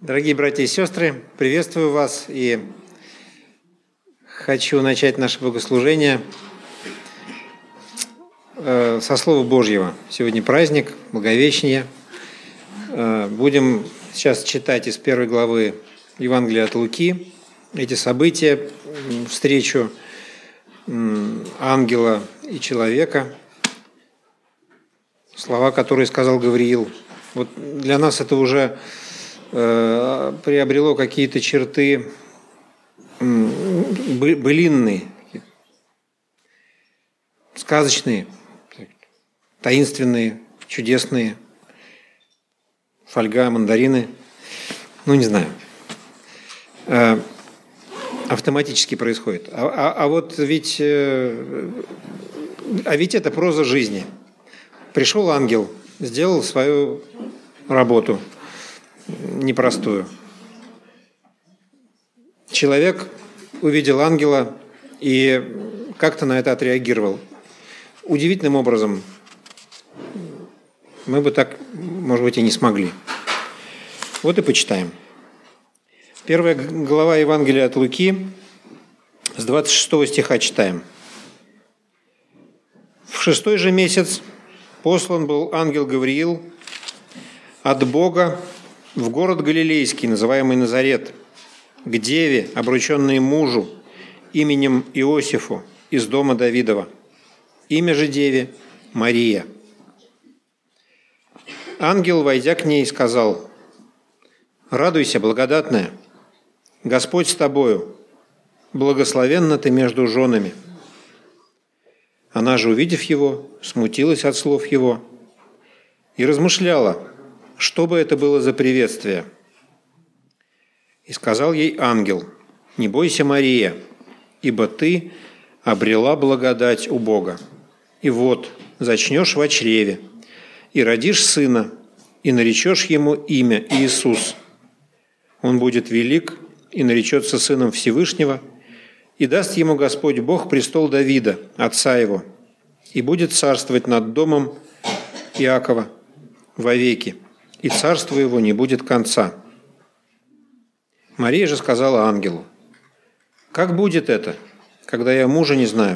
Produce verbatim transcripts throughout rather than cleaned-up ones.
Дорогие братья и сестры, приветствую вас и хочу начать наше богослужение со Слова Божьего. Сегодня праздник, Благовещение. Будем сейчас читать из первой главы Евангелия от Луки эти события, встречу ангела и человека, слова, которые сказал Гавриил. Вот для нас это уже приобрело какие-то черты былинные, сказочные, таинственные, чудесные, фольга, мандарины, ну не знаю, автоматически происходит. А, а, а вот ведь, а ведь это проза жизни. Пришел ангел, сделал свою работу непростую. Человек увидел ангела и как-то на это отреагировал. Удивительным образом. Мы бы так, может быть, и не смогли. Вот и почитаем. Первая глава Евангелия от Луки, с двадцать шестого стиха читаем. «В шестой же месяц послан был ангел Гавриил от Бога в город Галилейский, называемый Назарет, к деве, обрученной мужу, именем Иосифу, из дома Давидова. Имя же деве – Мария. Ангел, войдя к ней, сказал: «Радуйся, благодатная, Господь с тобою, благословенна ты между женами». Она же, увидев его, смутилась от слов его и размышляла, что бы это было за приветствие. И сказал ей ангел: «Не бойся, Мария, ибо ты обрела благодать у Бога. И вот, зачнешь во чреве, и родишь сына, и наречешь ему имя Иисус. Он будет велик, и наречется сыном Всевышнего, и даст ему Господь Бог престол Давида, отца его, и будет царствовать над домом Иакова вовеки, и царству его не будет конца». Мария же сказала ангелу: «Как будет это, когда я мужа не знаю?»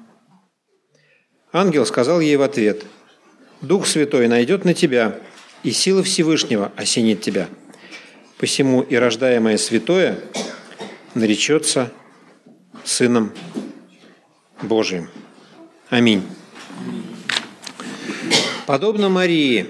Ангел сказал ей в ответ: «Дух Святой найдет на тебя, и сила Всевышнего осенит тебя. Посему и рождаемое святое наречется Сыном Божиим». Аминь. Подобно Марии,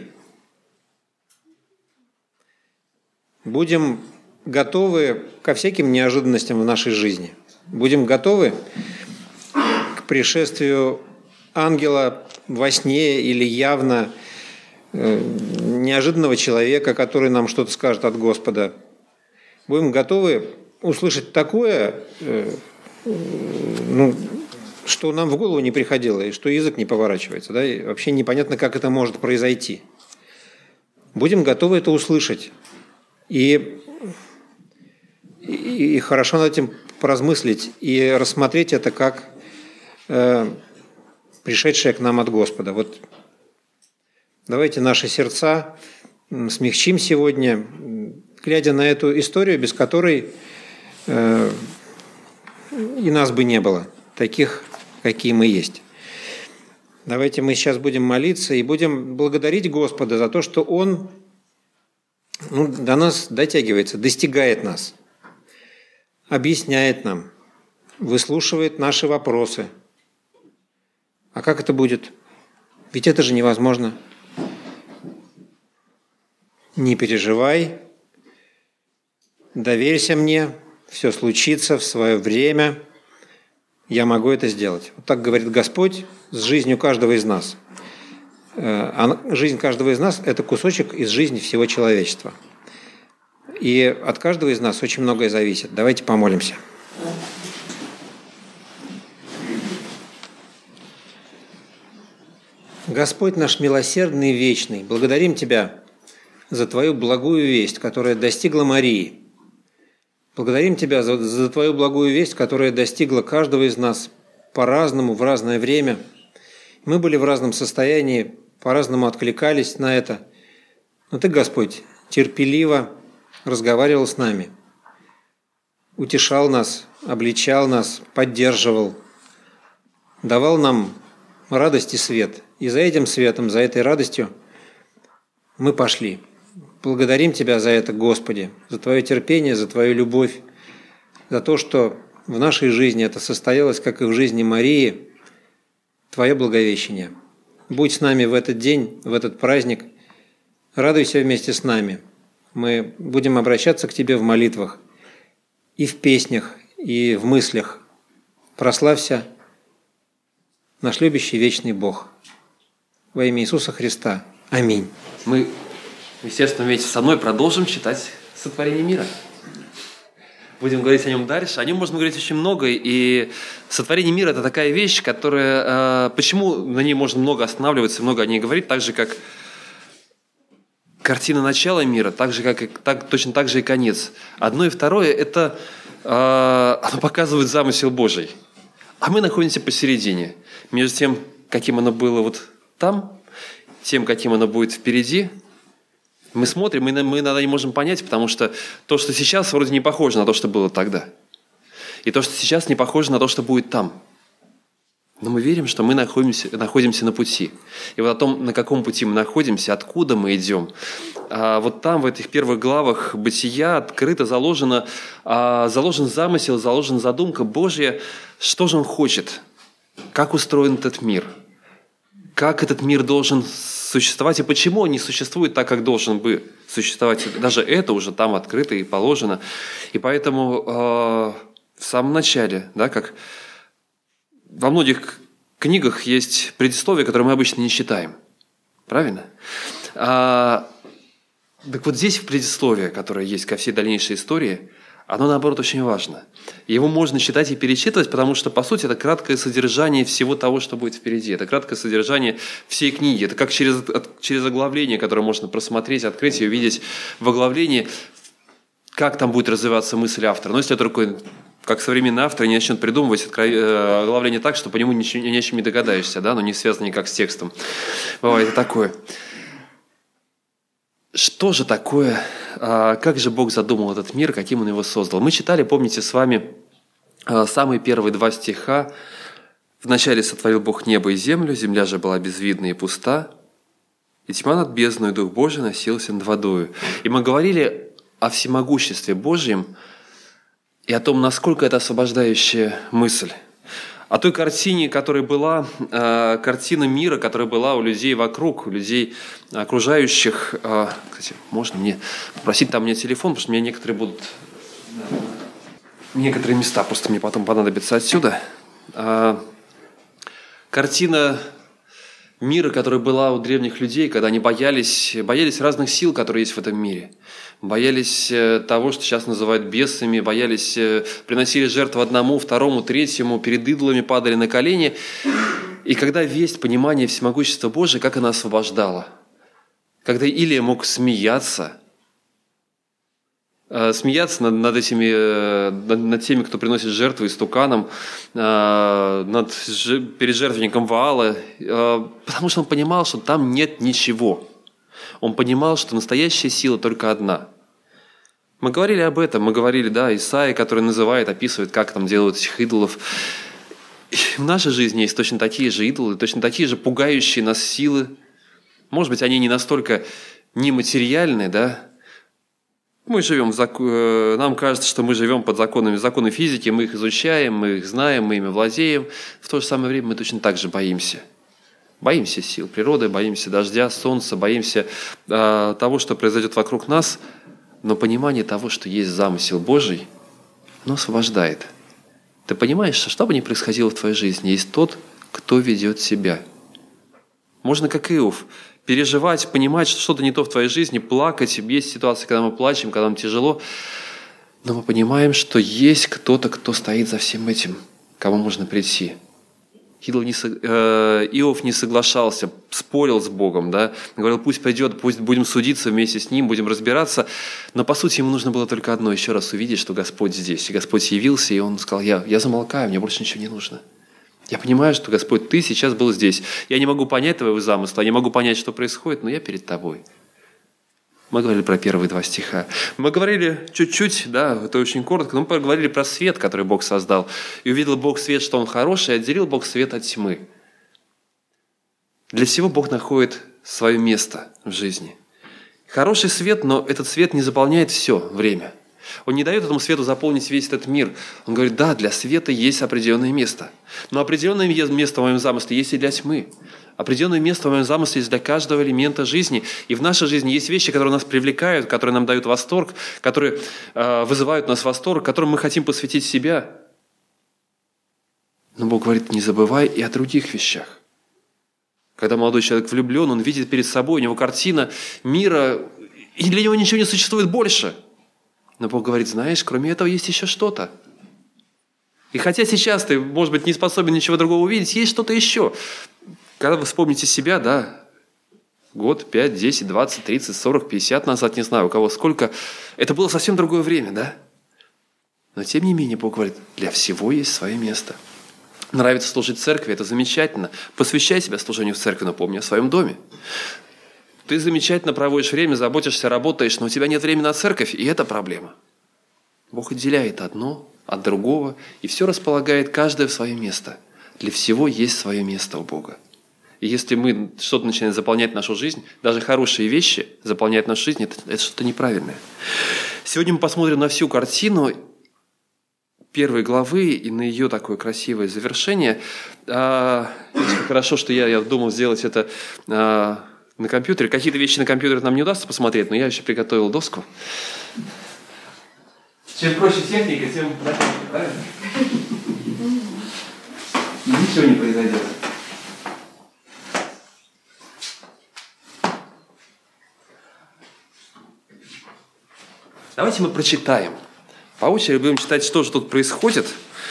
будем готовы ко всяким неожиданностям в нашей жизни. Будем готовы к пришествию ангела во сне или явно неожиданного человека, который нам что-то скажет от Господа. Будем готовы услышать такое, ну, что нам в голову не приходило, и что язык не поворачивается, да, и вообще непонятно, как это может произойти. Будем готовы это услышать. И, и, и хорошо над этим поразмыслить и рассмотреть это как э, пришедшее к нам от Господа. Вот давайте наши сердца смягчим сегодня, глядя на эту историю, без которой э, и нас бы не было, таких, какие мы есть. Давайте мы сейчас будем молиться и будем благодарить Господа за то, что Он ну, до нас дотягивается, достигает нас, объясняет нам, выслушивает наши вопросы. А как это будет? Ведь это же невозможно. Не переживай, доверься мне, все случится в свое время, я могу это сделать. Вот так говорит Господь с жизнью каждого из нас. А жизнь каждого из нас – это кусочек из жизни всего человечества. И от каждого из нас очень многое зависит. Давайте помолимся. Господь наш милосердный и вечный, благодарим Тебя за Твою благую весть, которая достигла Марии. Благодарим Тебя за, за Твою благую весть, которая достигла каждого из нас по-разному, в разное время. Мы были в разном состоянии, по-разному откликались на это. Но Ты, Господь, терпеливо разговаривал с нами, утешал нас, обличал нас, поддерживал, давал нам радость и свет. И за этим светом, за этой радостью мы пошли. Благодарим Тебя за это, Господи, за Твое терпение, за Твою любовь, за то, что в нашей жизни это состоялось, как и в жизни Марии, Твое благовещение. Будь с нами в этот день, в этот праздник, радуйся вместе с нами. Мы будем обращаться к Тебе в молитвах, и в песнях, и в мыслях. Прославься, наш любящий вечный Бог. Во имя Иисуса Христа. Аминь. Мы, естественно, вместе со мной продолжим читать «Сотворение мира». Будем говорить о нем дальше. О нем можно говорить очень много. И сотворение мира – это такая вещь, которая… Э, почему на ней можно много останавливаться, много о ней говорить, так же, как картина начала мира, так же, как и, так, точно так же и конец. Одно и второе – это э, оно показывает замысел Божий. А мы находимся посередине. Между тем, каким оно было вот там, тем, каким оно будет впереди. Мы смотрим, и мы иногда не можем понять, потому что то, что сейчас, вроде не похоже на то, что было тогда. И то, что сейчас, не похоже на то, что будет там. Но мы верим, что мы находимся, находимся на пути. И вот о том, на каком пути мы находимся, откуда мы идем. А вот там, в этих первых главах Бытия, открыто заложено, а, заложен замысел, заложена задумка Божья, что же Он хочет, как устроен этот мир, как этот мир должен существовать и почему он не существует так, как должен бы существовать. Даже это уже там открыто и положено. И поэтому э, в самом начале, да, как во многих книгах есть предисловие, которое мы обычно не читаем. Правильно? А, так вот здесь в предисловии, которое есть ко всей дальнейшей истории, оно, наоборот, очень важно. Его можно читать и перечитывать, потому что, по сути, это краткое содержание всего того, что будет впереди. Это краткое содержание всей книги. Это как через, через оглавление, которое можно просмотреть, открыть и увидеть в оглавлении, как там будет развиваться мысль автора. Но если это такой, как современный автор, не начнет придумывать оглавление так, что по нему ни, ни о чем не догадаешься, да, но не связано никак с текстом. Бывает и такое. Что же такое, как же Бог задумал этот мир, каким Он его создал? Мы читали, помните, с вами самые первые два стиха. «Вначале сотворил Бог небо и землю, земля же была безвидна и пуста, и тьма над бездной, Дух Божий носился над водою». И мы говорили о всемогуществе Божьем и о том, насколько это освобождающая мысль. О той картине, которая была, э, картина мира, которая была у людей вокруг, у людей окружающих. Э, кстати, можно мне попросить там мне телефон, потому что мне некоторые будут… Некоторые места просто мне потом понадобятся отсюда. Э, картина мира, которая была у древних людей, когда они боялись, боялись разных сил, которые есть в этом мире. Боялись того, что сейчас называют бесами, боялись, приносили жертву одному, второму, третьему, перед идолами падали на колени. И когда весть, понимание всемогущества Божия, как она освобождала. Когда Илия мог смеяться, смеяться над, над, этими, над, над теми, кто приносит жертву истуканам, над, перед жертвенником Ваала, потому что он понимал, что там нет ничего. Он понимал, что настоящая сила только одна. Мы говорили об этом, мы говорили, да, Исаия, который называет, описывает, как там делают этих идолов. И в нашей жизни есть точно такие же идолы, точно такие же пугающие нас силы. Может быть, они не настолько нематериальны, да. Мы живем в закон... Нам кажется, что мы живем под законами, законы физики, мы их изучаем, мы их знаем, мы ими владеем. В то же самое время мы точно так же боимся. Боимся сил природы, боимся дождя, солнца, боимся э, того, что произойдет вокруг нас, но понимание того, что есть замысел Божий, оно освобождает. Ты понимаешь, что что бы ни происходило в твоей жизни, есть тот, кто ведет себя. Можно, как Иов, переживать, понимать, что что-то не то в твоей жизни, плакать. Есть ситуации, когда мы плачем, когда нам тяжело, но мы понимаем, что есть кто-то, кто стоит за всем этим, к кому можно прийти. Иов не соглашался, спорил с Богом, да? Говорил, пусть придет, пусть будем судиться вместе с ним, будем разбираться. Но по сути ему нужно было только одно, еще раз увидеть, что Господь здесь. И Господь явился, и он сказал, я, я замолкаю, мне больше ничего не нужно. Я понимаю, что, Господь, Ты сейчас был здесь. Я не могу понять Твоего замысла, я не могу понять, что происходит, но я перед Тобой. Мы говорили про первые два стиха. Мы говорили чуть-чуть, да, это очень коротко, но мы поговорили про свет, который Бог создал. И увидел Бог свет, что он хороший, и отделил Бог свет от тьмы. Для всего Бог находит свое место в жизни. Хороший свет, но этот свет не заполняет все время. Он не дает этому свету заполнить весь этот мир. Он говорит, да, для света есть определенное место. Но определенное место в моем замысле есть и для тьмы. Определенное место в моем замысле есть для каждого элемента жизни. И в нашей жизни есть вещи, которые нас привлекают, которые нам дают восторг, которые э, вызывают у нас восторг, которым мы хотим посвятить себя. Но Бог говорит, не забывай и о других вещах. Когда молодой человек влюблен, он видит перед собой, у него картина мира, и для него ничего не существует больше. Но Бог говорит, знаешь, кроме этого есть еще что-то. И хотя сейчас ты, может быть, не способен ничего другого увидеть, есть что-то еще. Когда вы вспомните себя, да, год, пять, десять, двадцать, тридцать, сорок, пятьдесят назад, не знаю, у кого сколько, это было совсем другое время, да? Но тем не менее, Бог говорит, для всего есть свое место. Нравится служить в церкви, это замечательно. Посвящай себя служению в церкви, но помни о своем доме. Ты замечательно проводишь время, заботишься, работаешь, но у тебя нет времени на церковь, и это проблема. Бог отделяет одно от другого, и все располагает каждое в свое место. Для всего есть свое место у Бога. И если мы что-то начинаем заполнять нашу жизнь, даже хорошие вещи заполнять нашу жизнь, это, это что-то неправильное. Сегодня мы посмотрим на всю картину первой главы и на ее такое красивое завершение. А, хорошо, что я, я думал сделать это а, на компьютере. Какие-то вещи на компьютере нам не удастся посмотреть, но я еще приготовил доску. Чем проще техника, тем правильно? Ничего не произойдет. Давайте мы прочитаем. По очереди будем читать, что же тут происходит.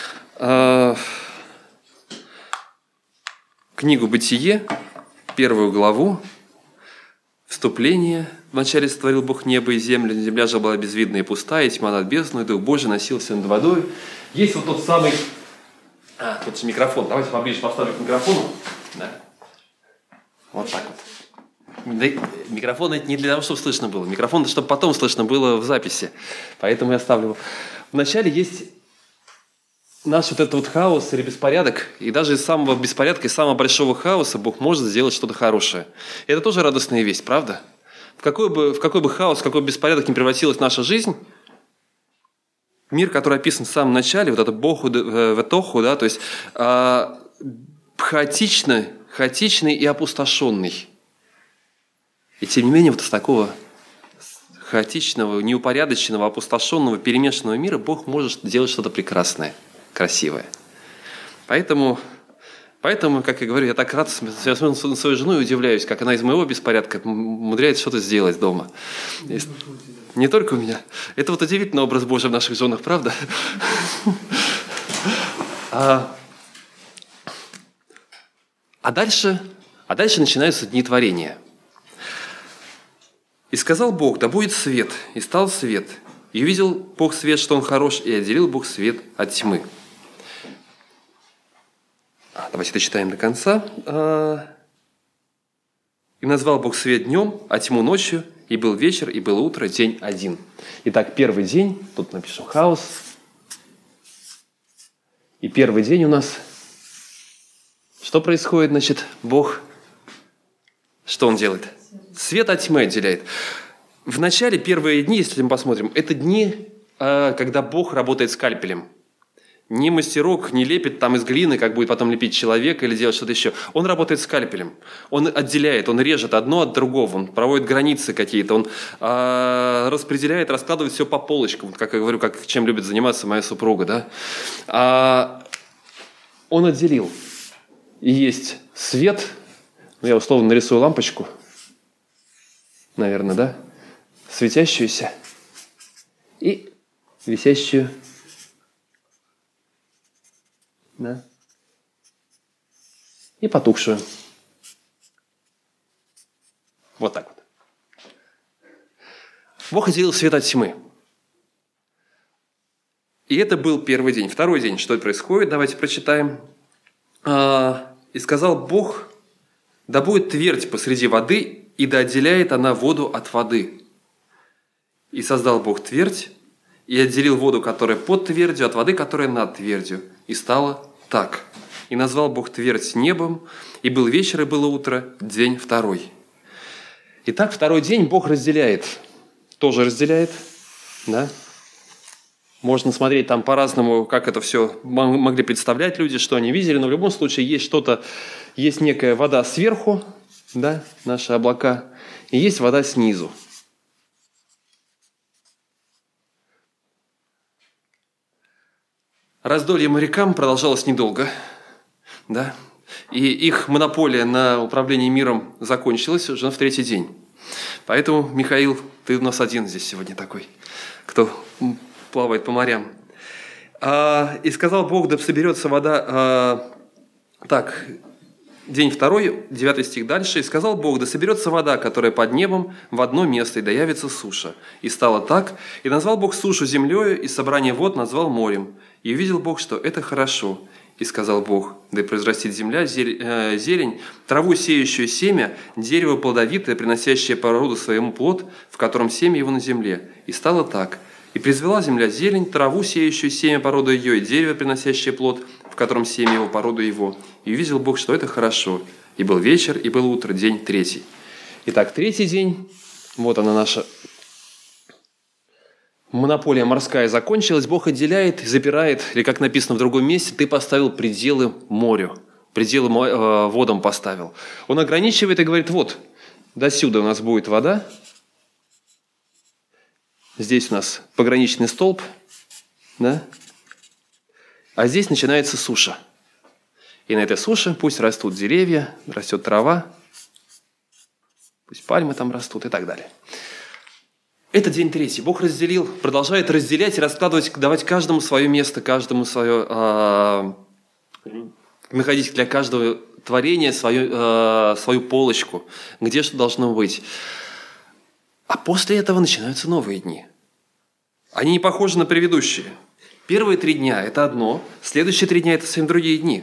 Книгу «Бытие», первую главу, вступление. Вначале сотворил Бог небо и землю, земля же была безвидна и пустая, и тьма над бездной, Дух Божий носился над водой. Есть вот тот самый... А, тут же микрофон. Давайте поближе поставлю к микрофону. Да. Вот так вот. Микрофон это не для того, чтобы слышно было. Микрофон это чтобы потом слышно было в записи. Поэтому я ставлю его. Вначале есть наш вот этот вот хаос или беспорядок. И даже из самого беспорядка, из самого большого хаоса Бог может сделать что-то хорошее. И это тоже радостная весть, правда? В какой бы, в какой бы хаос, в какой бы беспорядок ни превратилась наша жизнь, мир, который описан в самом начале, вот это боху, ветоху, да, то есть э, хаотичный, хаотичный и опустошенный. И тем не менее, вот из такого хаотичного, неупорядоченного, опустошенного, перемешанного мира Бог может делать что-то прекрасное, красивое. Поэтому, поэтому, как я говорю, я так рад, я смотрю на свою жену и удивляюсь, как она из моего беспорядка умудряется что-то сделать дома. И не только у меня. Это вот удивительный образ Божий в наших женах, правда? А, а, дальше, а дальше начинаются дни творения. «И сказал Бог, да будет свет, и стал свет. И увидел Бог свет, что он хорош, и отделил Бог свет от тьмы». Давайте дочитаем до конца. «И назвал Бог свет днем, а тьму ночью, и был вечер, и было утро, день один». Итак, первый день, тут напишу хаос. И первый день у нас, что происходит, значит, Бог, что Он делает? Свет от тьмы отделяет. В начале первые дни, если мы посмотрим, это дни, когда Бог работает скальпелем. Не мастерок не лепит там из глины, как будет потом лепить человека или делать что-то еще. Он работает скальпелем. Он отделяет, он режет одно от другого, он проводит границы какие-то, он а, распределяет, раскладывает все по полочкам. Как я говорю, как, чем любит заниматься моя супруга. Да? А, он отделил. И есть свет. Я условно нарисую лампочку. Наверное, да? Светящуюся и висящую. Да? И потухшую. Вот так вот. Бог отделил свет от тьмы. И это был первый день. Второй день. Что происходит? Давайте прочитаем. «И сказал Бог, да будет твердь посреди воды, и да отделяет она воду от воды». И создал Бог твердь, и отделил воду, которая под твердью, от воды, которая над твердью. И стало так. И назвал Бог твердь небом, и был вечер, и было утро, день второй. Итак, второй день Бог разделяет. Тоже разделяет, да? Можно смотреть там по-разному, как это все могли представлять люди, что они видели, но в любом случае есть что-то, есть некая вода сверху, да, наши облака, и есть вода снизу. Раздолье морякам продолжалось недолго, да, и их монополия на управление миром закончилась уже в третий день. Поэтому, Михаил, ты у нас один здесь сегодня такой, кто плавает по морям. А, «И сказал Бог, да соберется вода...» а, так, день второй, девятый стих дальше. «И сказал Бог, да соберется вода, которая под небом, в одно место, и да явится суша. И стало так. И назвал Бог сушу землею, и собрание вод назвал морем. И увидел Бог, что это хорошо. И сказал Бог, да и произрастит земля зелень, траву, сеющую семя, дерево плодовитое, приносящее по роду своему плод, в котором семя его на земле. И стало так. И произвела земля зелень, траву, сеющую семя по роду ее, и дерево, приносящее плод, в котором семя его по роду его. И увидел Бог, что это хорошо. И был вечер, и было утро, день третий». Итак, третий день, вот она наша монополия морская закончилась, Бог отделяет, запирает, или как написано в другом месте, ты поставил пределы морю, пределы э, водам поставил. Он ограничивает и говорит, вот, досюда у нас будет вода, здесь у нас пограничный столб, да? А здесь начинается суша. И на этой суше пусть растут деревья, растет трава, пусть пальмы там растут и так далее. Это день третий. Бог разделил, продолжает разделять и раскладывать, давать каждому свое место, каждому свое, э, находить для каждого творения свою, э, свою полочку, где что должно быть. А после этого начинаются новые дни. Они не похожи на предыдущие. Первые три дня – это одно, следующие три дня – это совсем другие дни.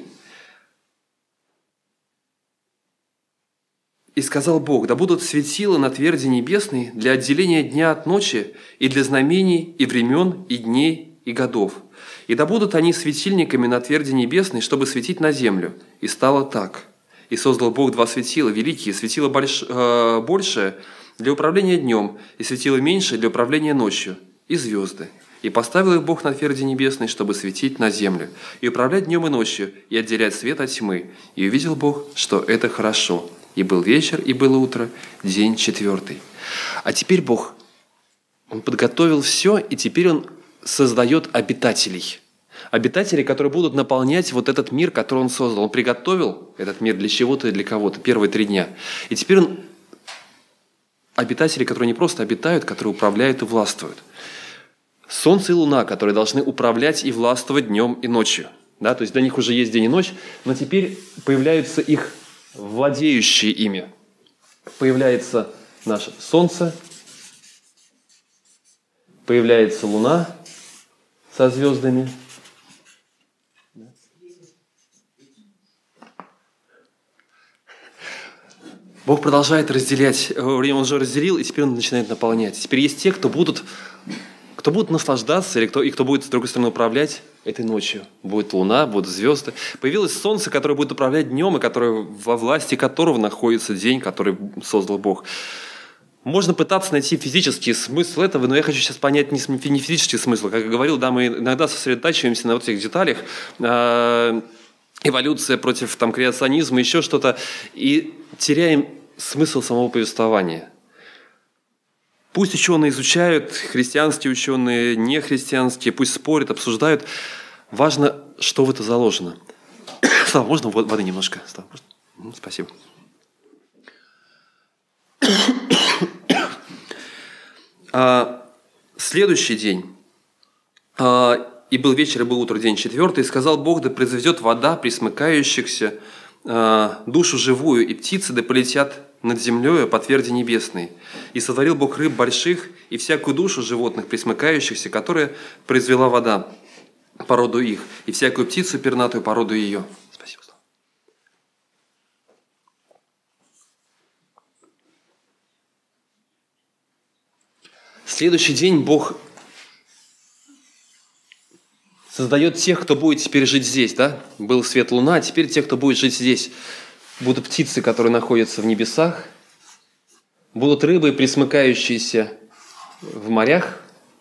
«И сказал Бог, да будут светила на тверди небесной для отделения дня от ночи и для знамений, и времен, и дней, и годов. И да будут они светильниками на тверди небесной, чтобы светить на землю. И стало так. И создал Бог два светила великие, светило больш, э, большее для управления днем, и светило меньшее для управления ночью, и звезды. И поставил их Бог на тверди небесной, чтобы светить на землю, и управлять днем и ночью, и отделять свет от тьмы. И увидел Бог, что это хорошо. И был вечер, и было утро, день четвертый». А теперь Бог, Он подготовил все, и теперь Он создает обитателей. Обитателей, которые будут наполнять вот этот мир, который Он создал. Он приготовил этот мир для чего-то и для кого-то первые три дня. И теперь Он обитатели, которые не просто обитают, которые управляют и властвуют. Солнце и луна, которые должны управлять и властвовать днем и ночью. Да? То есть для них уже есть день и ночь, но теперь появляются их владеющие ими. Появляется наше солнце, появляется луна со звездами. Бог продолжает разделять. Он же разделил, и теперь Он начинает наполнять. Теперь есть те, кто будут, кто будут наслаждаться, или кто, и кто будет, с другой стороны, управлять этой ночью. Будет луна, будут звезды. Появилось солнце, которое будет управлять днем, и которое, во власти которого находится день, который создал Бог. Можно пытаться найти физический смысл этого, но я хочу сейчас понять не физический смысл. Как я говорил, да, мы иногда сосредотачиваемся на вот этих деталях. Эволюция против там, креационизма, еще что-то, и теряем смысл самого повествования. Пусть ученые изучают, христианские ученые, нехристианские, пусть спорят, обсуждают. Важно, что в это заложено. Слава, можно воды немножко? Слава, можно? Спасибо. А, следующий день. А, «И был вечер, и был утро, день четвертый, и сказал Бог, да произведет вода присмыкающихся, э, душу живую, и птицы да полетят над землей по тверди небесной. И сотворил Бог рыб больших, и всякую душу животных присмыкающихся, которые произвела вода по роду их, и всякую птицу пернатую по роду ее». Спасибо. следующий день Бог создает тех, кто будет теперь жить здесь. Да? Был свет луна, а теперь те, кто будет жить здесь. Будут птицы, которые находятся в небесах. Будут рыбы, пресмыкающиеся в морях.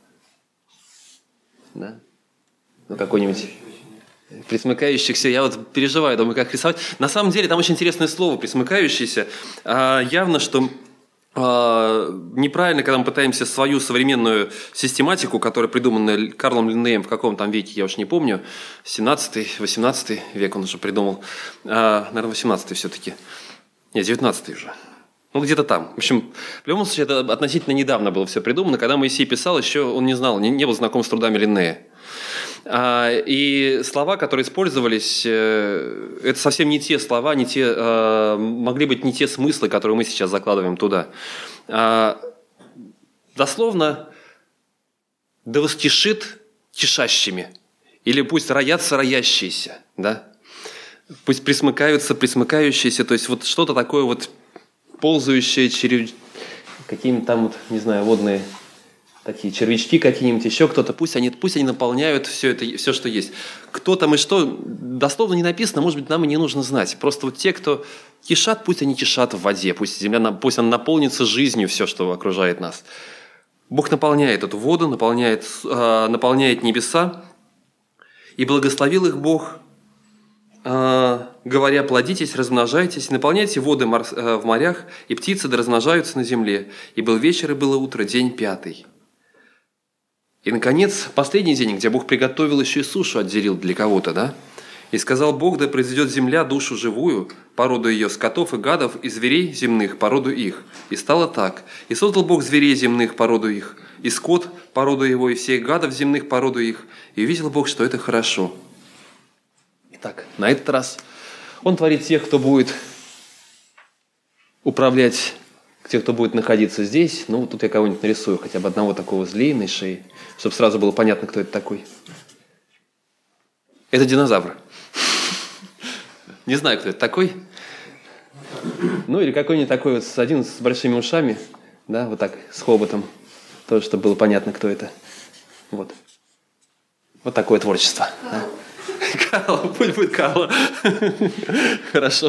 Да? Ну, какой-нибудь пресмыкающихся. Я вот переживаю, думаю, как рисовать. На самом деле, там очень интересное слово «пресмыкающиеся». А, явно, что а, неправильно, когда мы пытаемся свою современную систематику, которая придумана Карлом Линнеем в каком там веке, я уж не помню, семнадцатый, восемнадцатый век он уже придумал. А, наверное, восемнадцатый все-таки. Нет, девятнадцатый уже. Ну, где-то там. В общем, в любом случае, это относительно недавно было все придумано. Когда Моисей писал, еще он не знал, не, не был знаком с трудами Линнея. А, и слова, которые использовались, э, это совсем не те слова, не те, э, могли быть не те смыслы, которые мы сейчас закладываем туда. А, дословно, да востишит тишащими, или пусть роятся роящиеся, да? Пусть присмыкаются присмыкающиеся, то есть вот что-то такое вот ползающее через какие-нибудь там, вот, не знаю, водные такие червячки какие-нибудь, еще кто-то, пусть они, пусть они наполняют все это, все, что есть. Кто там и что, дословно не написано, может быть, нам и не нужно знать. Просто вот те, кто кишат, пусть они кишат в воде, пусть земля, пусть она наполнится жизнью, все, что окружает нас. Бог наполняет эту воду, наполняет, э, наполняет небеса, и благословил их Бог, э, говоря: плодитесь, размножайтесь, наполняйте воды мор, э, в морях, и птицы да размножаются на земле. И был вечер, и было утро, день пятый. И, наконец, последний день, где Бог приготовил еще и сушу, отделил для кого-то, да? «И сказал Бог, да произведет земля душу живую, породу ее скотов и гадов, и зверей земных, породу их. И стало так. И создал Бог зверей земных, породу их, и скот, породу его, и всех гадов земных, породу их. И увидел Бог, что это хорошо». Итак, на этот раз Он творит тех, кто будет управлять, тех, кто будет находиться здесь. Ну, тут я кого-нибудь нарисую, хотя бы одного такого с длинной шеей, чтобы сразу было понятно, кто это такой. Это динозавр. Не знаю, кто это такой. Ну, или какой-нибудь такой вот один с большими ушами, да, вот так, с хоботом. Тоже, чтобы было понятно, кто это. Вот. Вот такое творчество. Да. Карла, пусть будет Карла. Хорошо.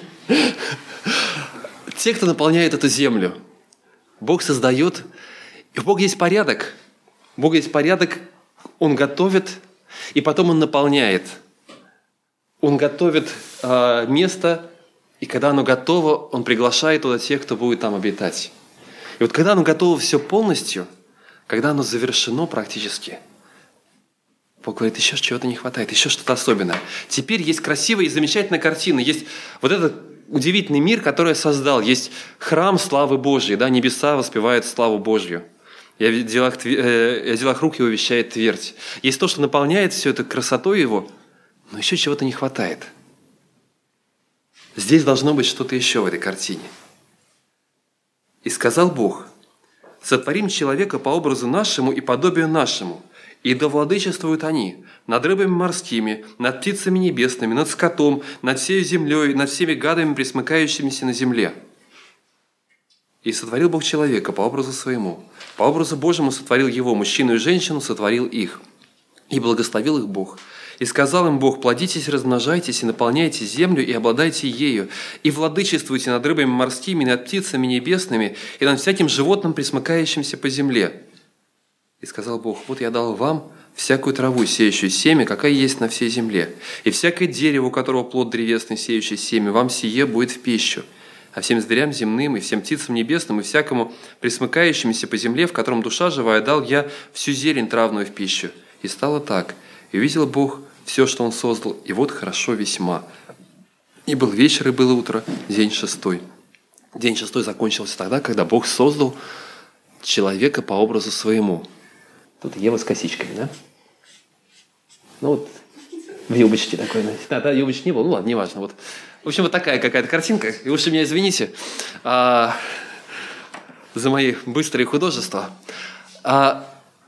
Те, кто наполняет эту землю, Бог создает, и у Бога есть порядок. У Бога есть порядок, Он готовит, и потом Он наполняет. Он готовит э, место, и когда оно готово, Он приглашает туда тех, кто будет там обитать. И вот когда оно готово все полностью, когда оно завершено практически, Бог говорит: еще чего-то не хватает, еще что-то особенное. Теперь есть красивая и замечательная картина, есть вот этот удивительный мир, который я создал, есть храм славы Божьей, да, небеса воспевают славу Божью. И о делах, э, о делах рук Его вещает твердь. Есть то, что наполняет все это красотой Его, но еще чего-то не хватает. Здесь должно быть что-то еще в этой картине. И сказал Бог: сотворим человека по образу нашему и подобию нашему, и да владычествуют они над рыбами морскими, над птицами небесными, над скотом, над всей землей, над всеми гадами, пресмыкающимися на земле. И сотворил Бог человека по образу своему. По образу Божьему сотворил его, мужчину и женщину сотворил их. И благословил их Бог. И сказал им Бог: плодитесь, размножайтесь и наполняйте землю и обладайте ею, и владычествуйте над рыбами морскими, над птицами небесными, и над всяким животным, пресмыкающимся по земле. И сказал Бог: вот я дал вам всякую траву, сеющую семя, какая есть на всей земле, и всякое дерево, у которого плод древесный, сеющий семя, вам сие будет в пищу. А всем зверям земным, и всем птицам небесным, и всякому пресмыкающемуся по земле, в котором душа живая, дал я всю зелень травную в пищу. И стало так. И увидел Бог все, что Он создал, и вот хорошо весьма. И был вечер, и было утро, день шестой. День шестой закончился тогда, когда Бог создал человека по образу своему. Тут Ева с косичками, да? Ну вот, в юбочке такой. Да, да, юбочки не было, ну ладно, неважно. Вот. В общем, вот такая какая-то картинка. И уж меня извините а, за мои быстрые художества. А,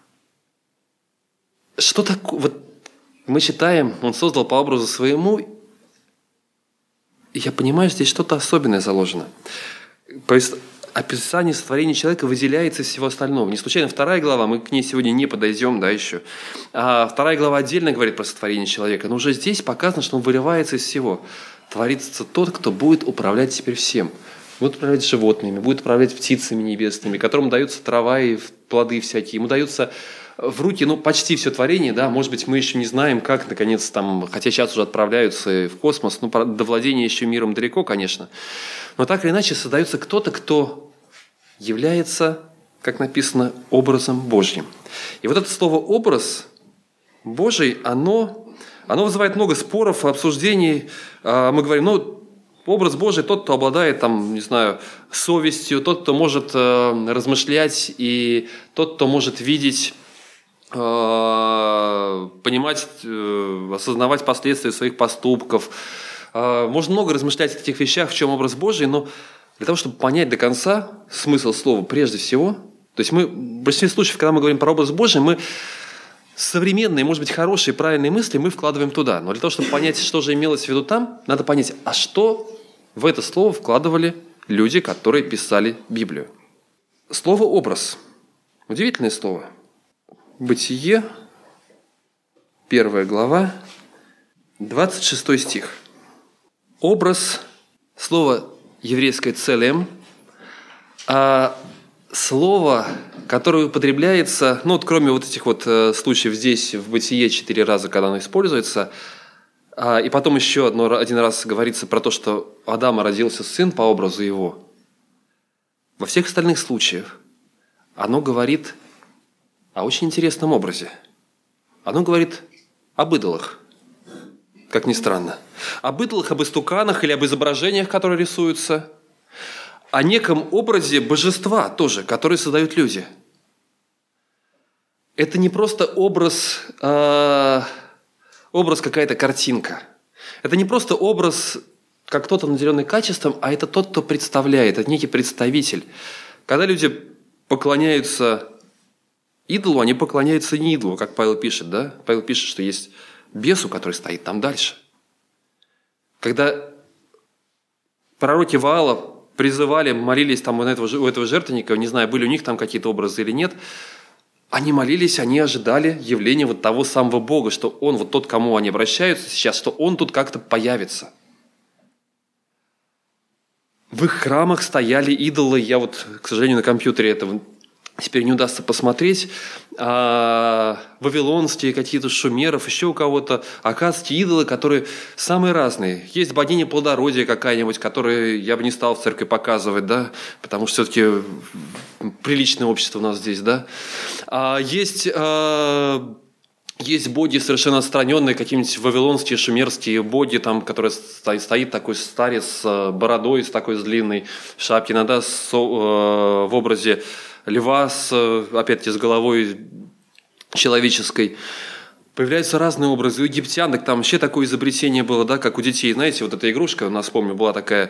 что такое? Вот мы читаем, Он создал по образу своему, и я понимаю, здесь что-то особенное заложено. То есть описание сотворения человека выделяется из всего остального. Не случайно вторая глава, мы к ней сегодня не подойдем, да, еще. А вторая глава отдельно говорит про сотворение человека, но уже здесь показано, что он выливается из всего. Творится тот, кто будет управлять теперь всем. Будет управлять животными, будет управлять птицами небесными, которому даются трава и плоды всякие. Ему даются в руки, ну, почти все творение, да, может быть, мы еще не знаем, как, наконец, там, хотя сейчас уже отправляются в космос, ну, до владения еще миром далеко, конечно. Но так или иначе создается кто-то, кто является, как написано, образом Божьим. И вот это слово «образ Божий», оно, оно вызывает много споров, обсуждений. Мы говорим, ну, образ Божий – тот, кто обладает, там, не знаю, совестью, тот, кто может размышлять, и тот, кто может видеть, понимать, осознавать последствия своих поступков. Можно много размышлять о этих вещах, в чем образ Божий, но для того, чтобы понять до конца смысл слова прежде всего, то есть мы в большинстве случаев, когда мы говорим про образ Божий, мы современные, может быть, хорошие, правильные мысли мы вкладываем туда. Но для того, чтобы понять, что же имелось в виду там, надо понять, а что в это слово вкладывали люди, которые писали Библию. Слово «образ». Удивительное слово. Бытие, первая глава, двадцать шестой стих. Образ, слово еврейское «целем», а слово, которое употребляется, ну вот кроме вот этих вот э, случаев здесь в Бытие четыре раза, когда оно используется, а, и потом еще одно, один раз говорится про то, что у Адама родился сын по образу его. Во всех остальных случаях оно говорит о очень интересном образе. Оно говорит об идолах, как ни странно. Об идолах, об истуканах или об изображениях, которые рисуются. О неком образе божества тоже, который создают люди. Это не просто образ, э, образ какая-то картинка. Это не просто образ, как кто-то наделенный качеством, а это тот, кто представляет, это некий представитель. Когда люди поклоняются идолу, они поклоняются не идолу, как Павел пишет, да? Павел пишет, что есть бесу, который стоит там дальше. Когда пророки Ваала призывали, молились там у этого, у этого жертвенника, не знаю, были у них там какие-то образы или нет, они молились, они ожидали явления вот того самого Бога, что Он, вот тот, к кому они обращаются сейчас, что Он тут как-то появится. В их храмах стояли идолы, я вот, к сожалению, на компьютере этого теперь не удастся посмотреть, а, вавилонские какие-то, шумеров, еще у кого-то, аккадские идолы, которые самые разные. Есть богиня плодородия какая-нибудь, которую я бы не стал в церкви показывать, да, потому что все-таки приличное общество у нас здесь, да. А, есть, а, есть боги совершенно отстраненные, какие-нибудь вавилонские, шумерские боги, там, которые стоит, стоит такой старец с бородой, с такой с длинной шапки, иногда с, э, в образе льва, с, опять-таки, с головой человеческой. Появляются разные образы. У египтянок там вообще такое изобретение было, да, как у детей. Знаете, вот эта игрушка, у нас, помню, была такая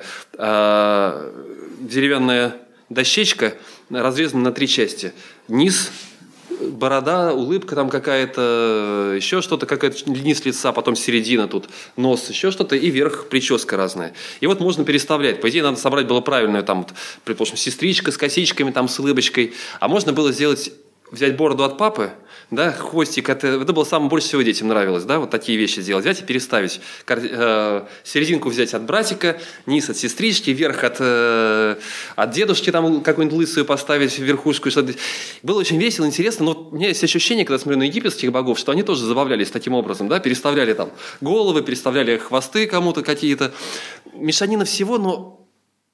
э, деревянная дощечка, разрезана на три части. Низ, борода, улыбка там какая-то, еще что-то, какая-то низ лица, потом середина тут, нос, еще что-то, и верх прическа разная. И вот можно переставлять. По идее, надо собрать было правильную, там, вот, предположим, сестричка с косичками, там, с улыбочкой. А можно было сделать, взять бороду от папы, да, хвостик, это, это было самое больше всего детям нравилось, да, вот такие вещи сделать, взять и переставить. Э, серединку взять от братика, низ от сестрички, верх от, э, от дедушки, там какую-нибудь лысую поставить, верхушку. Что-то. Было очень весело, интересно, но у меня есть ощущение, когда смотрю на египетских богов, что они тоже забавлялись таким образом, да, переставляли там головы, переставляли хвосты кому-то какие-то. Мешанина всего, но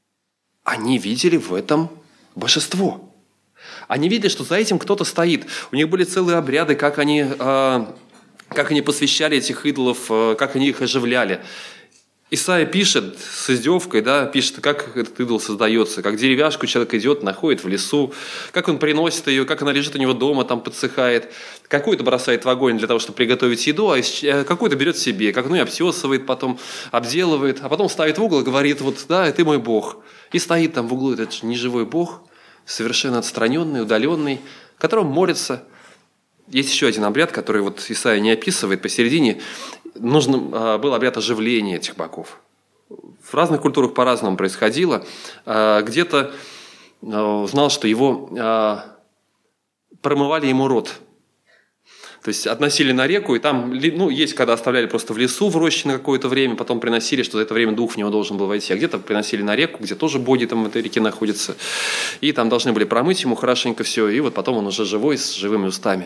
они видели в этом божество. Они видели, что за этим кто-то стоит. У них были целые обряды, как они, э, как они посвящали этих идолов, э, как они их оживляли. Исайя пишет с издевкой, да, пишет, как этот идол создается, как деревяшку человек идет, находит в лесу, как он приносит ее, как она лежит у него дома, там подсыхает, какую-то бросает в огонь для того, чтобы приготовить еду, а какую-то берет себе, как ну и обтесывает потом, обделывает, а потом ставит в угол и говорит, вот, да, ты мой Бог. И стоит там в углу этот неживой Бог, совершенно отстраненный, удаленный, которому молится. Есть еще один обряд, который вот Исайя не описывает посередине. Нужно, был обряд оживления этих богов. В разных культурах по-разному происходило. Где-то узнал, что его промывали ему рот. То есть относили на реку, и там, ну, есть, когда оставляли просто в лесу, в роще на какое-то время, потом приносили, что за это время дух в него должен был войти, а где-то приносили на реку, где тоже боди там в этой реке находится, и там должны были промыть ему хорошенько все, и вот потом он уже живой, с живыми устами.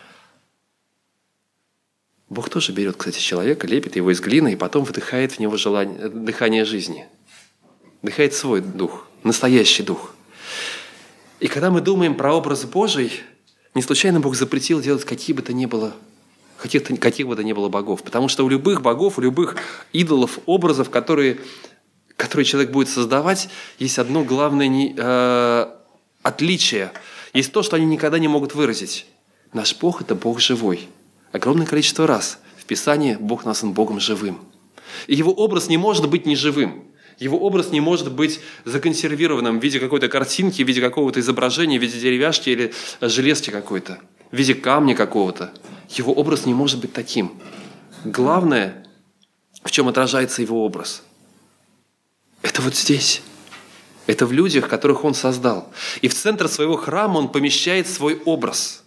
Бог тоже берет, кстати, человека, лепит его из глины, и потом вдыхает в него желание, дыхание жизни. Вдыхает свой дух, настоящий дух. И когда мы думаем про образ Божий, не случайно Бог запретил делать какие бы то ни было, каких, каких бы то ни было богов. Потому что у любых богов, у любых идолов, образов, которые, которые человек будет создавать, есть одно главное не, э, отличие. Есть то, что они никогда не могут выразить. Наш Бог – это Бог живой. Огромное количество раз в Писании Бог назван Богом живым. И Его образ не может быть неживым. Его образ не может быть законсервированным в виде какой-то картинки, в виде какого-то изображения, в виде деревяшки или железки какой-то, в виде камня какого-то. Его образ не может быть таким. Главное, в чем отражается его образ, это вот здесь. Это в людях, которых он создал. И в центр своего храма он помещает свой образ.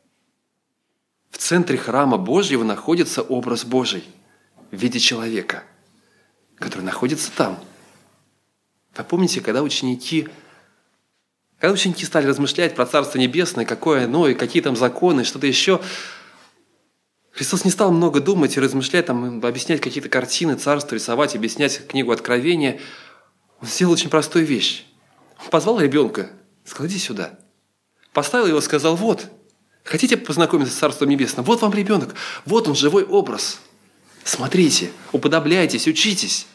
В центре храма Божьего находится образ Божий в виде человека, который находится там. Вы помните, когда ученики, когда ученики стали размышлять про Царство Небесное, какое оно, и какие там законы, что-то еще, Христос не стал много думать и размышлять, там, объяснять какие-то картины, царства, рисовать, объяснять книгу Откровения. Он сделал очень простую вещь. Он позвал ребенка, сказал: иди сюда. Поставил его, сказал: вот, хотите познакомиться с Царством Небесным? Вот вам ребенок, вот он, живой образ. Смотрите, уподобляйтесь, учитесь.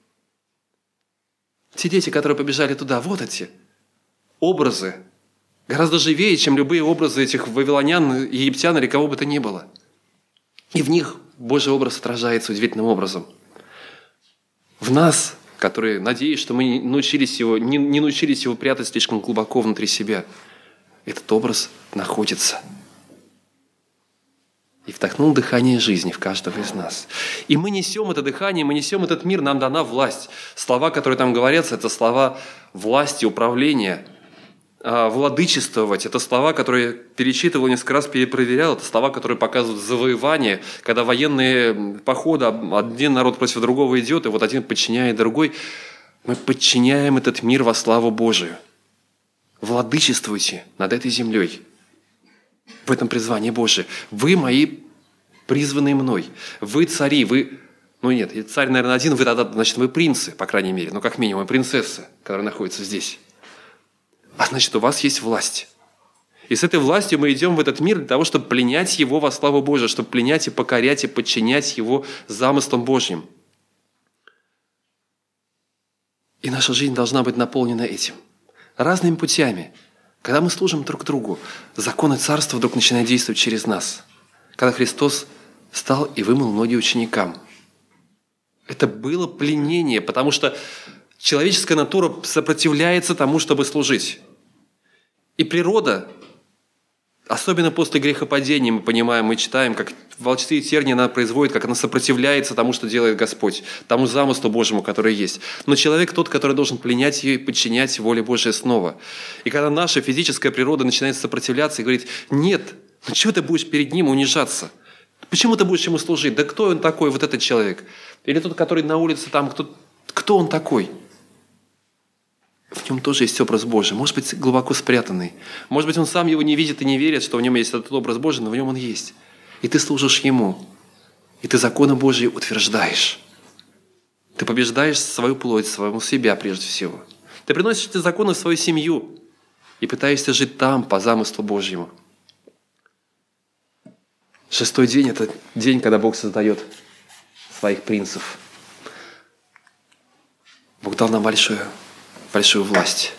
Те дети, которые побежали туда, вот эти образы, гораздо живее, чем любые образы этих вавилонян, египтян или кого бы то ни было. И в них Божий образ отражается удивительным образом. В нас, которые, надеюсь, что мы не научились его, не, не научились его прятать слишком глубоко внутри себя, этот образ находится. И вдохнул дыхание жизни в каждого из нас. И мы несем это дыхание, мы несем этот мир, нам дана власть. Слова, которые там говорятся, это слова власти, управления, владычествовать. Это слова, которые перечитывал, несколько раз перепроверял. Это слова, которые показывают завоевание, когда военные походы, один народ против другого идет, и вот один подчиняет другой. Мы подчиняем этот мир во славу Божию. Владычествуйте над этой землей. В этом призвании Божие. Вы мои призванные мной. Вы цари, вы... Ну нет, царь, наверное, один, вы тогда, значит, вы принцы, по крайней мере. Ну, как минимум, принцессы, которые находятся здесь. А значит, у вас есть власть. И с этой властью мы идем в этот мир для того, чтобы пленять его во славу Божию, чтобы пленять и покорять, и подчинять его замыслам Божьим. И наша жизнь должна быть наполнена этим. Разными путями. Когда мы служим друг другу, законы Царства вдруг начинают действовать через нас. Когда Христос встал и вымыл ноги ученикам. Это было пленение, потому что человеческая натура сопротивляется тому, чтобы служить. И природа, особенно после грехопадения, мы понимаем, мы читаем, как волчьи тернии она производит, как она сопротивляется тому, что делает Господь, тому замыслу Божьему, который есть. Но человек тот, который должен пленять ее и подчинять воле Божией снова. И когда наша физическая природа начинает сопротивляться и говорит: нет, ну чего ты будешь перед ним унижаться? Почему ты будешь ему служить? Да кто он такой, вот этот человек? Или тот, который на улице там, кто, кто он такой? В нем тоже есть образ Божий, может быть, глубоко спрятанный. Может быть, он сам его не видит и не верит, что в нем есть этот образ Божий, но в нем он есть. И ты служишь ему. И ты законы Божьи утверждаешь. Ты побеждаешь свою плоть, своему себя прежде всего. Ты приносишь эти законы в свою семью и пытаешься жить там по замыслу Божьему. Шестой день – это день, когда Бог создает своих принцев. Бог дал нам большую, большую власть.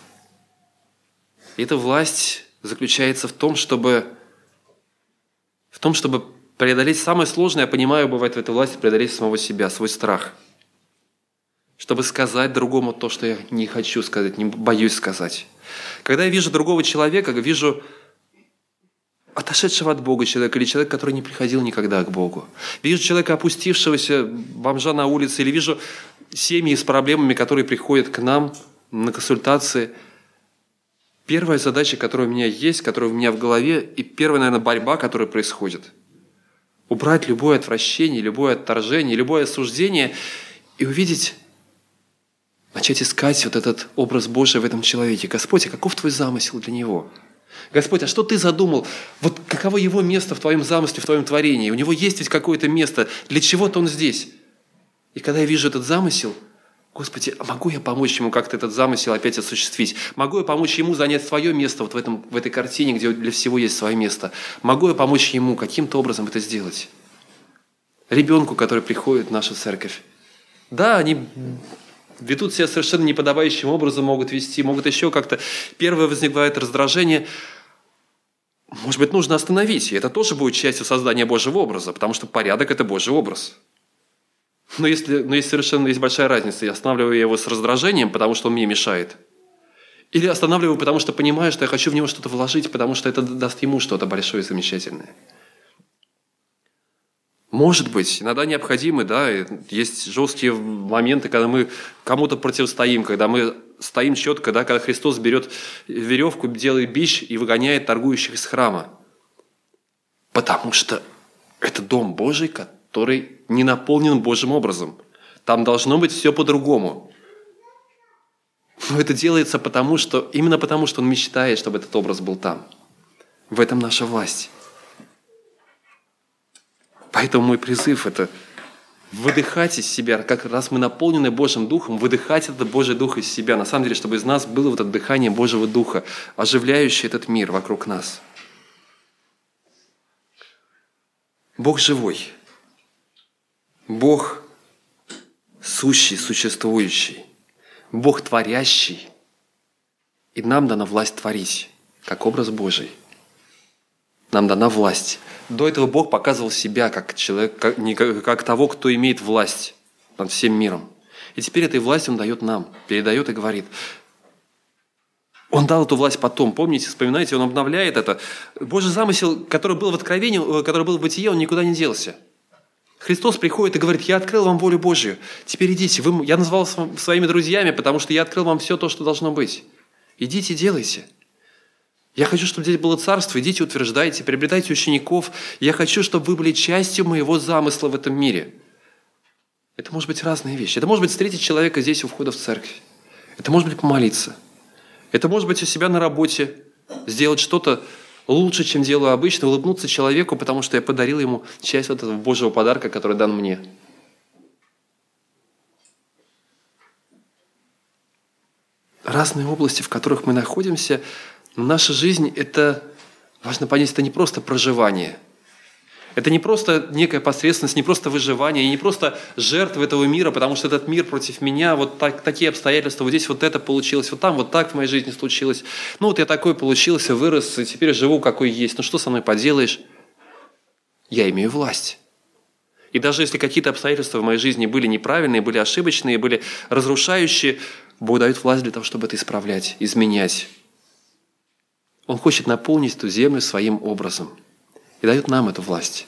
И эта власть заключается в том, чтобы, в том, чтобы преодолеть самое сложное, я понимаю, бывает в этой власти, преодолеть самого себя, свой страх. Чтобы сказать другому то, что я не хочу сказать, не боюсь сказать. Когда я вижу другого человека, вижу отошедшего от Бога человека или человека, который не приходил никогда к Богу. Вижу человека, опустившегося, бомжа на улице, или вижу семьи с проблемами, которые приходят к нам на консультации. первая задача, которая у меня есть, которая у меня в голове, и первая, наверное, борьба, которая происходит. Убрать любое отвращение, любое отторжение, любое осуждение и увидеть, начать искать вот этот образ Божий в этом человеке. Господь, а каков Твой замысел для него? Господь, а что Ты задумал? Вот каково его место в Твоем замысле, в Твоем творении? У него есть ведь какое-то место, для чего-то он здесь. И когда я вижу этот замысел, Господи, а могу я помочь ему как-то этот замысел опять осуществить? Могу я помочь ему занять свое место вот в, этом, в этой картине, где для всего есть свое место? Могу я помочь ему каким-то образом это сделать? Ребенку, который приходит в нашу церковь. Да, они ведут себя совершенно неподобающим образом, могут вести, могут еще как-то... Первое возникает раздражение. Может быть, нужно остановить. И это тоже будет частью создания Божьего образа, потому что порядок – это Божий образ. Но, если, но есть совершенно есть большая разница. Я останавливаю его с раздражением, потому что он мне мешает. Или останавливаю, потому что понимаю, что я хочу в него что-то вложить, потому что это даст ему что-то большое и замечательное. Может быть, иногда необходимы, да, есть жесткие моменты, когда мы кому-то противостоим, когда мы стоим четко, да, когда Христос берет веревку, делает бич и выгоняет торгующих из храма. Потому что это дом Божий, который не наполнен Божьим образом. Там должно быть все по-другому. Но это делается потому, что, именно потому, что Он мечтает, чтобы этот образ был там. В этом наша власть. Поэтому мой призыв – это выдыхать из себя, как раз мы наполнены Божьим Духом, выдыхать этот Божий Дух из себя. На самом деле, чтобы из нас было вот это дыхание Божьего Духа, оживляющее этот мир вокруг нас. Бог живой. Бог сущий, существующий. Бог творящий. И нам дана власть творить, как образ Божий. Нам дана власть. До этого Бог показывал себя как человек, как, не как, как того, кто имеет власть над всем миром. И теперь этой власть Он дает нам, передает и говорит. Он дал эту власть потом, помните, вспоминаете, Он обновляет это. Божий замысел, который был в Откровении, который был в Бытие, он никуда не делся. Христос приходит и говорит: я открыл вам волю Божью, теперь идите. Вы, я назвал вас своими друзьями, потому что я открыл вам все то, что должно быть. Идите, делайте. Я хочу, чтобы здесь было царство, идите, утверждайте, приобретайте учеников. Я хочу, чтобы вы были частью моего замысла в этом мире. Это может быть разные вещи. Это может быть встретить человека здесь у входа в церковь. Это может быть помолиться. Это может быть у себя на работе, сделать что-то лучше, чем делаю обычно, улыбнуться человеку, потому что я подарил ему часть вот этого Божьего подарка, который дан мне. Разные области, в которых мы находимся, но наша жизнь – это, важно понять, это не просто проживание. Это не просто некая посредственность, не просто выживание, и не просто жертва этого мира, потому что этот мир против меня, вот так, такие обстоятельства, вот здесь вот это получилось, вот там вот так в моей жизни случилось. Ну вот я такой получился, вырос, и теперь живу какой есть. Ну что со мной поделаешь? Я имею власть. И даже если какие-то обстоятельства в моей жизни были неправильные, были ошибочные, были разрушающие, Бог дает власть для того, чтобы это исправлять, изменять. Он хочет наполнить эту землю своим образом. И дает нам эту власть.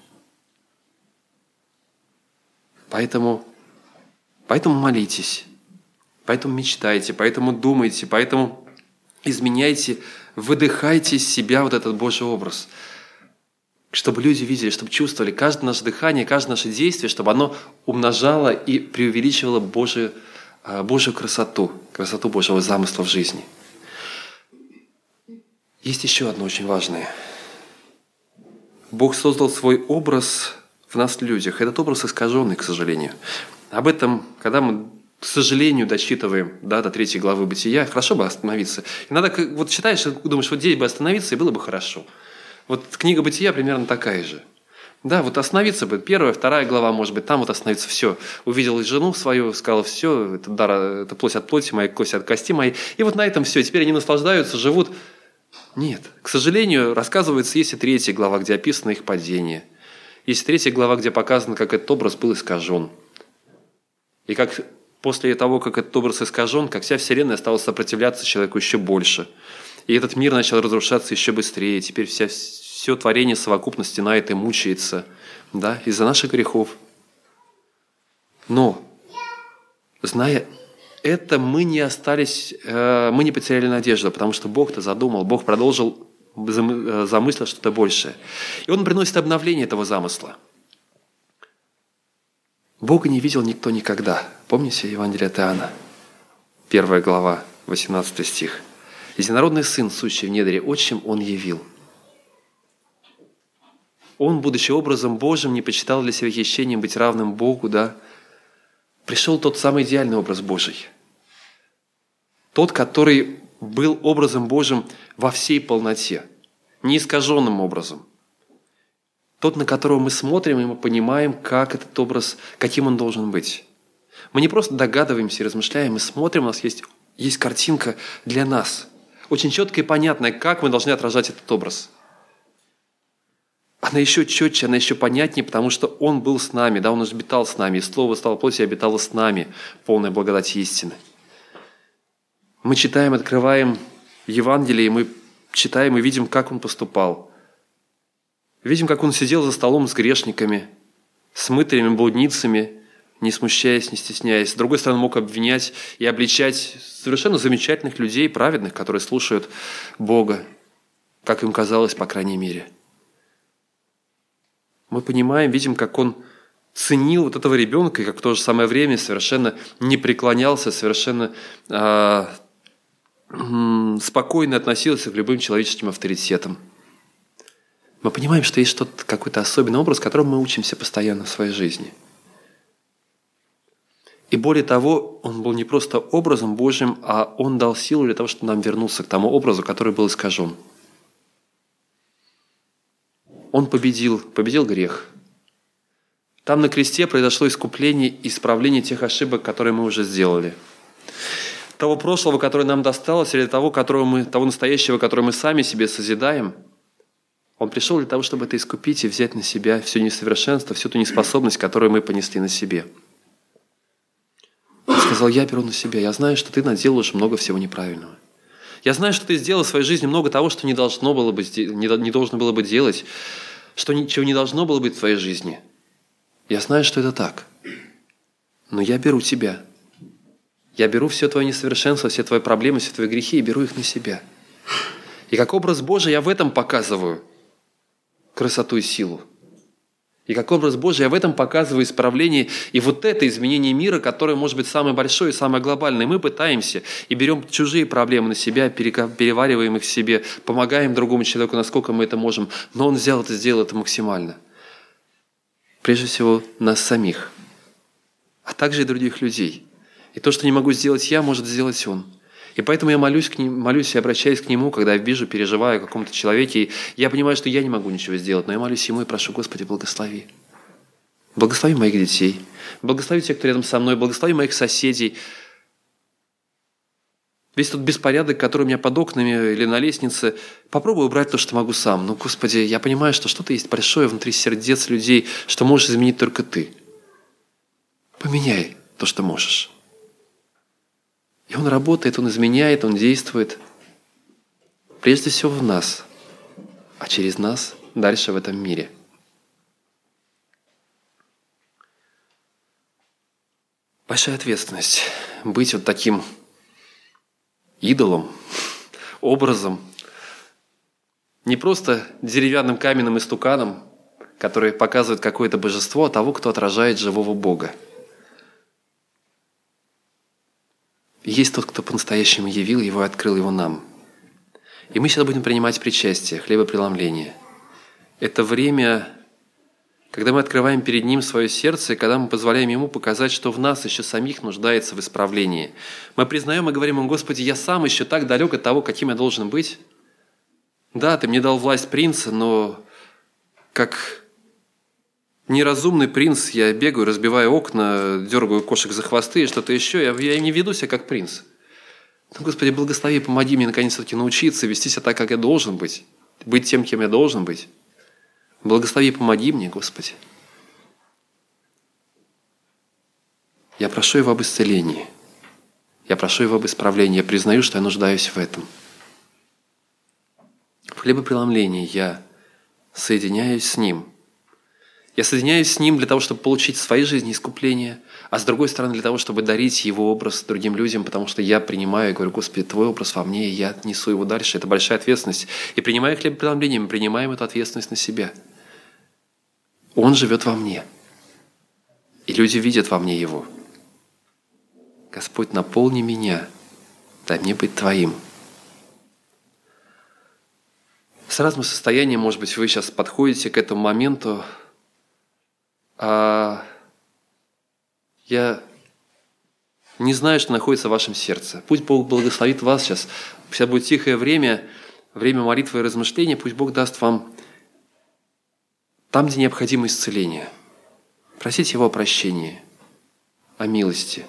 Поэтому, поэтому молитесь, поэтому мечтайте, поэтому думайте, поэтому изменяйте, выдыхайте из себя вот этот Божий образ. Чтобы люди видели, чтобы чувствовали каждое наше дыхание, каждое наше действие, чтобы оно умножало и преувеличивало Божию, Божью красоту, красоту Божьего замысла в жизни. Есть еще одно очень важное. Бог создал свой образ в нас, людях. Этот образ искаженный, к сожалению. Об этом, когда мы, к сожалению, дочитываем да, до третьей главы Бытия, хорошо бы остановиться. Иногда вот читаешь и думаешь, вот здесь бы остановиться, и было бы хорошо. Вот книга Бытия примерно такая же. Да, вот остановиться бы. Первая, вторая глава, может быть, там вот остановиться. Все. Увидел жену свою, сказал, все, это, дар, это плоть от плоти моей, кость от кости моей. И вот на этом все. Теперь они наслаждаются, живут. Нет. К сожалению, рассказывается, есть и третья глава, где описано их падение. Есть третья глава, где показано, как этот образ был искажен. И как после того, как этот образ искажен, как вся вселенная стала сопротивляться человеку еще больше. И этот мир начал разрушаться еще быстрее. Теперь вся, все творение совокупно стенает и мучается, да, из-за наших грехов. Но, зная это мы не остались, мы не потеряли надежду, потому что Бог-то задумал, Бог продолжил замыслить что-то большее. И Он приносит обновление этого замысла. Бога не видел никто никогда. Помните Евангелие от Иоанна? Первая глава, восемнадцатый стих. «Единородный Сын, сущий в недре отчим, Он явил». Он, будучи образом Божьим, не почитал для себя хищением быть равным Богу, да? Пришел тот самый идеальный образ Божий. Тот, который был образом Божьим во всей полноте, неискаженным образом. Тот, на которого мы смотрим, и мы понимаем, как этот образ, каким он должен быть. Мы не просто догадываемся и размышляем, мы смотрим, у нас есть, есть картинка для нас. Очень четкая и понятная, как мы должны отражать этот образ. Она еще четче, она еще понятнее, потому что Он был с нами, да, Он обитал с нами, и Слово стало плотью и обитало с нами, полная благодати истины. Мы читаем, открываем Евангелие, и мы читаем и видим, как Он поступал. Видим, как Он сидел за столом с грешниками, с мытарями, блудницами, не смущаясь, не стесняясь. С другой стороны, мог обвинять и обличать совершенно замечательных людей, праведных, которые слушают Бога, как им казалось, по крайней мере. Мы понимаем, видим, как Он ценил вот этого ребенка, и как в то же самое время совершенно не преклонялся, совершенно э, э, спокойно относился к любым человеческим авторитетам. Мы понимаем, что есть что-то, какой-то особенный образ, которому мы учимся постоянно в своей жизни. И более того, Он был не просто образом Божьим, а Он дал силу для того, чтобы нам вернуться к тому образу, который был искажен. Он победил, победил грех. Там на кресте произошло искупление и исправление тех ошибок, которые мы уже сделали. Того прошлого, которое нам досталось, или того, которого мы, того настоящего, которое мы сами себе созидаем, Он пришел для того, чтобы это искупить и взять на себя все несовершенство, всю ту неспособность, которую мы понесли на себе. Он сказал: я беру на себя, я знаю, что ты наделал уже много всего неправильного. Я знаю, что ты сделал в своей жизни много того, что не должно было бы, не должно было бы делать, что ничего не должно было быть в твоей жизни. Я знаю, что это так. Но я беру тебя. Я беру все твое несовершенство, все твои проблемы, все твои грехи и беру их на себя. И как образ Божий я в этом показываю красоту и силу. И как образ Божий я в этом показываю исправление и вот это изменение мира, которое может быть самое большое и самое глобальное. Мы пытаемся и берем чужие проблемы на себя, перевариваем их в себе, помогаем другому человеку, насколько мы это можем. Но Он взял это, сделал это максимально. Прежде всего, нас самих, а также и других людей. И то, что не могу сделать я, может сделать Он. И поэтому я молюсь, к ним, молюсь и обращаюсь к Нему, когда я вижу, переживаю о каком-то человеке. И я понимаю, что я не могу ничего сделать, но я молюсь Ему и прошу: Господи, благослови. Благослови моих детей. Благослови тех, кто рядом со мной. Благослови моих соседей. Весь тот беспорядок, который у меня под окнами или на лестнице, попробую убрать то, что могу сам. Но, Господи, я понимаю, что что-то есть большое внутри сердец людей, что можешь изменить только Ты. Поменяй то, что можешь. И Он работает, Он изменяет, Он действует. Прежде всего в нас, а через нас дальше в этом мире. Большая ответственность быть вот таким идолом, образом, не просто деревянным каменным истуканом, который показывает какое-то божество, а того, кто отражает живого Бога. Есть тот, кто по-настоящему явил его и открыл его нам. И мы сейчас будем принимать причастие, хлебопреломление. Это время, когда мы открываем перед Ним свое сердце, и когда мы позволяем Ему показать, что в нас еще самих нуждается в исправлении. Мы признаем и говорим Ему: Господи, я сам еще так далек от того, каким я должен быть. Да, Ты мне дал власть принца, но как неразумный принц я бегаю, разбиваю окна, дергаю кошек за хвосты и что-то еще. Я, я не веду себя как принц. Ну, Господи, благослови, помоги мне наконец все-таки научиться вести себя так, как я должен быть. Быть тем, кем я должен быть. Благослови, помоги мне, Господи. Я прошу Его об исцелении. Я прошу Его об исправлении. Я признаю, что я нуждаюсь в этом. В хлебопреломлении я соединяюсь с Ним. Я соединяюсь с Ним для того, чтобы получить в своей жизни искупление, а с другой стороны для того, чтобы дарить Его образ другим людям, потому что я принимаю и говорю: Господи, Твой образ во мне, и я несу его дальше. Это большая ответственность. И принимая хлебопреломление, мы принимаем эту ответственность на себя. Он живет во мне. И люди видят во мне Его. Господь, наполни меня, дай мне быть Твоим. С разным состоянием, может быть, вы сейчас подходите к этому моменту. А я не знаю, что находится в вашем сердце. Пусть Бог благословит вас сейчас. Сейчас будет тихое время, время молитвы и размышления. Пусть Бог даст вам там, где необходимо исцеление. Просите Его о прощении, о милости.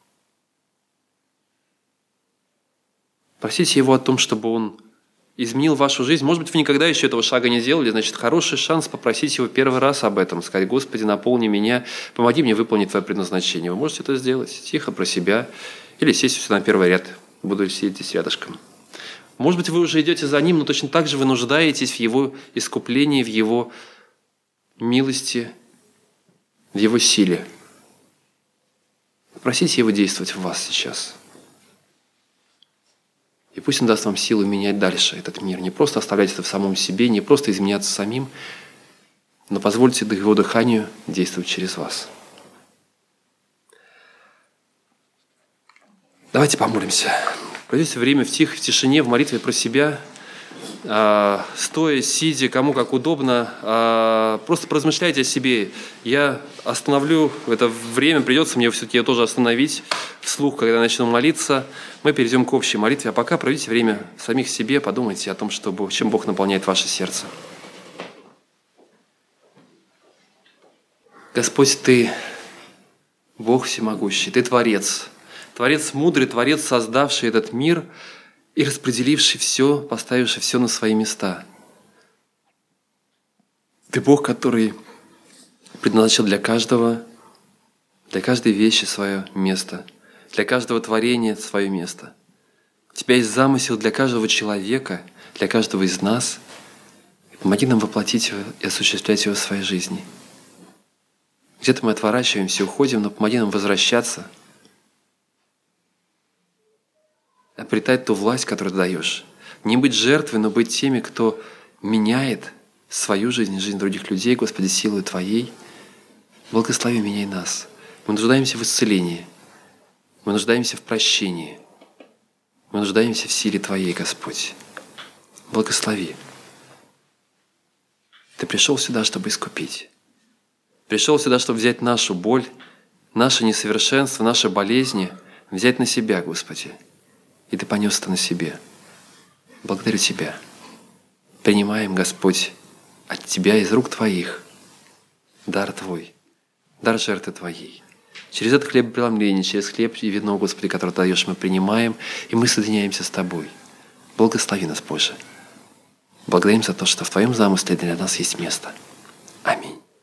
Просите Его о том, чтобы Он изменил вашу жизнь. Может быть, вы никогда еще этого шага не делали, значит, хороший шанс попросить Его первый раз об этом, сказать: Господи, наполни меня, помоги мне выполнить Твое предназначение. Вы можете это сделать тихо про себя или сесть сюда на первый ряд. Буду сидеть здесь рядышком. Может быть, вы уже идете за Ним, но точно так же вы нуждаетесь в Его искуплении, в Его милости, в Его силе. Просите Его действовать в вас сейчас. И пусть Он даст вам силу менять дальше этот мир. Не просто оставлять это в самом себе, не просто изменяться самим, но позвольте Его дыханию действовать через вас. Давайте помолимся. Проведите время в тихой, в тишине, в молитве про себя, а, стоя, сидя, кому как удобно. А, просто поразмышляйте о себе. Я остановлю это время, придется мне все-таки ее тоже остановить вслух, когда я начну молиться. Мы перейдем к общей молитве, а пока проведите время в самих себе, подумайте о том, что, чем Бог наполняет ваше сердце. Господь, Ты Бог всемогущий, Ты Творец. Творец мудрый, Творец, создавший этот мир и распределивший все, поставивший все на свои места. Ты Бог, который предназначил для каждого, для каждой вещи свое место, для каждого творения свое место. У Тебя есть замысел для каждого человека, для каждого из нас. Помоги нам воплотить его и осуществлять его в своей жизни. Где-то мы отворачиваемся, уходим, но помоги нам возвращаться, обретать ту власть, которую Ты даешь. Не быть жертвой, но быть теми, кто меняет свою жизнь и жизнь других людей, Господи, силой Твоей. Благослови меня и нас. Мы нуждаемся в исцелении. Мы нуждаемся в прощении. Мы нуждаемся в силе Твоей, Господь. Благослови. Ты пришел сюда, чтобы искупить. Пришел сюда, чтобы взять нашу боль, наше несовершенство, наши болезни, взять на себя, Господи. И Ты понес это на себе. Благодарю Тебя. Принимаем, Господь, от Тебя из рук Твоих дар Твой, дар жертвы Твоей. Через это хлебопреломление, через хлеб и вино, Господи, которое Ты даешь, мы принимаем, и мы соединяемся с Тобой. Благослови нас, Боже. Благодарим за то, что в Твоем замысле для нас есть место.